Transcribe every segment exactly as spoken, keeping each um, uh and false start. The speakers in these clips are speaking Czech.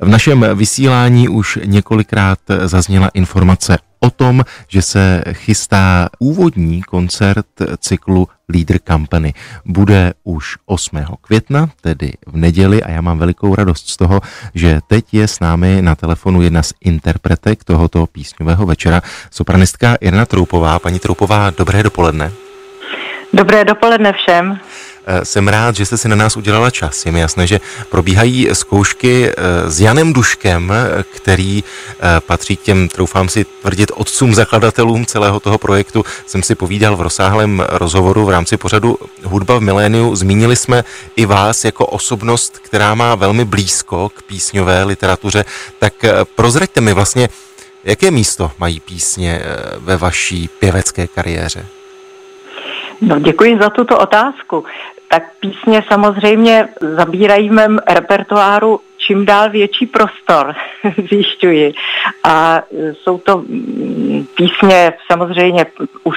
V našem vysílání už několikrát zazněla informace o tom, že se chystá úvodní koncert cyklu Leader Company. Bude už osmého května, tedy v neděli, a já mám velikou radost z toho, že teď je s námi na telefonu jedna z interpretek tohoto písňového večera, sopranistka Irena Troupová. Paní Troupová, dobré dopoledne. Dobré dopoledne všem. Jsem rád, že jste si na nás udělala čas. Je mi jasné, že probíhají zkoušky s Janem Duškem, který patří k těm, troufám si tvrdit, otcům zakladatelům celého toho projektu. Jsem si povídal v rozsáhlém rozhovoru v rámci pořadu Hudba v miléniu. Zmínili jsme i vás jako osobnost, která má velmi blízko k písňové literatuře. Tak prozraďte mi vlastně, jaké místo mají písně ve vaší pěvecké kariéře? No, děkuji za tuto otázku. Tak písně samozřejmě zabírají v mém repertoáru čím dál větší prostor, zjišťuji. A jsou to písně samozřejmě už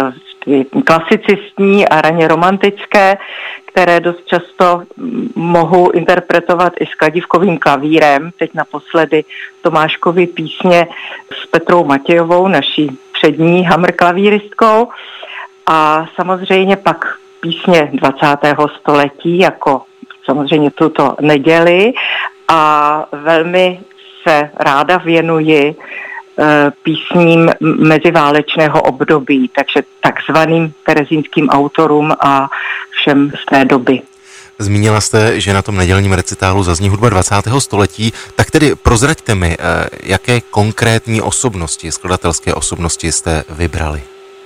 klasicistní a raně romantické, které dost často mohu interpretovat i s kladívkovým klavírem. Teď naposledy Tomáškovy písně s Petrou Matějovou, naší přední hammerklavíristkou. A samozřejmě pak písně dvacátého století, jako samozřejmě tuto neděli, a velmi se ráda věnuji e, písním meziválečného období, takže takzvaným terezínským autorům a všem z té doby. Zmínila jste, že na tom nedělním recitálu zazní hudba dvacátého století, tak tedy prozraďte mi, jaké konkrétní osobnosti, skladatelské osobnosti jste vybrali?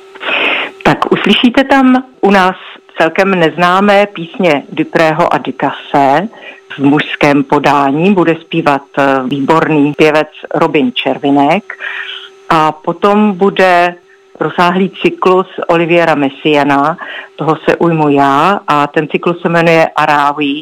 Tak uslyšíte tam u nás celkem neznámé písně Duprého a Ducasse v mužském podání. Bude zpívat výborný pěvec Robin Červinek a potom bude rozsáhlý cyklus Oliviera Messiaena, toho se ujmu já, a ten cyklus se jmenuje Aráví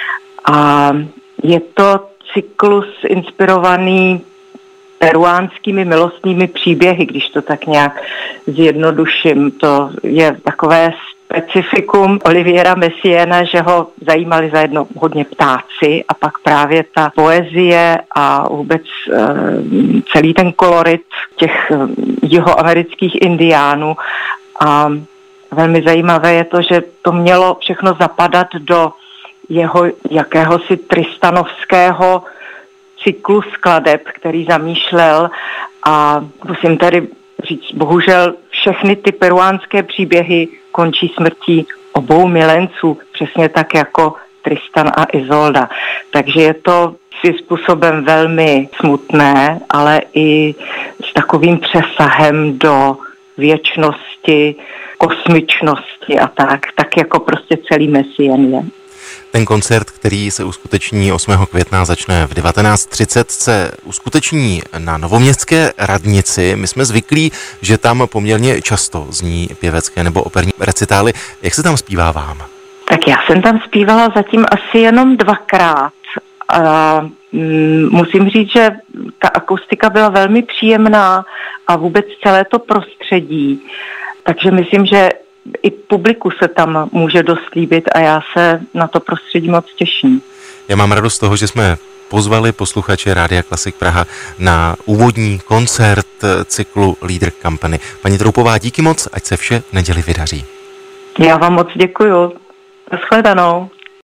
a je to cyklus inspirovaný peruánskými milostnými příběhy, když to tak nějak zjednoduším. To je takové specifikum Oliviera Messiaena, že ho zajímali zajedno hodně ptáci a pak právě ta poezie a vůbec e, celý ten kolorit těch jihoamerických indiánů. A velmi zajímavé je to, že to mělo všechno zapadat do jeho jakéhosi tristanovského cyklu skladeb, který zamýšlel, a musím tady říct, bohužel všechny ty peruánské příběhy končí smrtí obou milenců, přesně tak jako Tristan a Isolda. Takže je to svým způsobem velmi smutné, ale i s takovým přesahem do věčnosti, kosmičnosti a tak, tak jako prostě celý Messien je. Ten koncert, který se uskuteční osmého května, začne v devatenáct třicet, se uskuteční na Novoměstské radnici. My jsme zvyklí, že tam poměrně často zní pěvecké nebo operní recitály. Jak se tam zpívá vám? Tak já jsem tam zpívala zatím asi jenom dvakrát. A mm, musím říct, že ta akustika byla velmi příjemná a vůbec celé to prostředí. Takže myslím, že i publiku se tam může dost líbit a já se na to prostředí moc těším. Já mám radost z toho, že jsme pozvali posluchače Rádia Klasik Praha na úvodní koncert cyklu Leader Company. Paní Troupová, díky moc, ať se vše v neděli vydaří. Já vám moc děkuju. Nashledanou.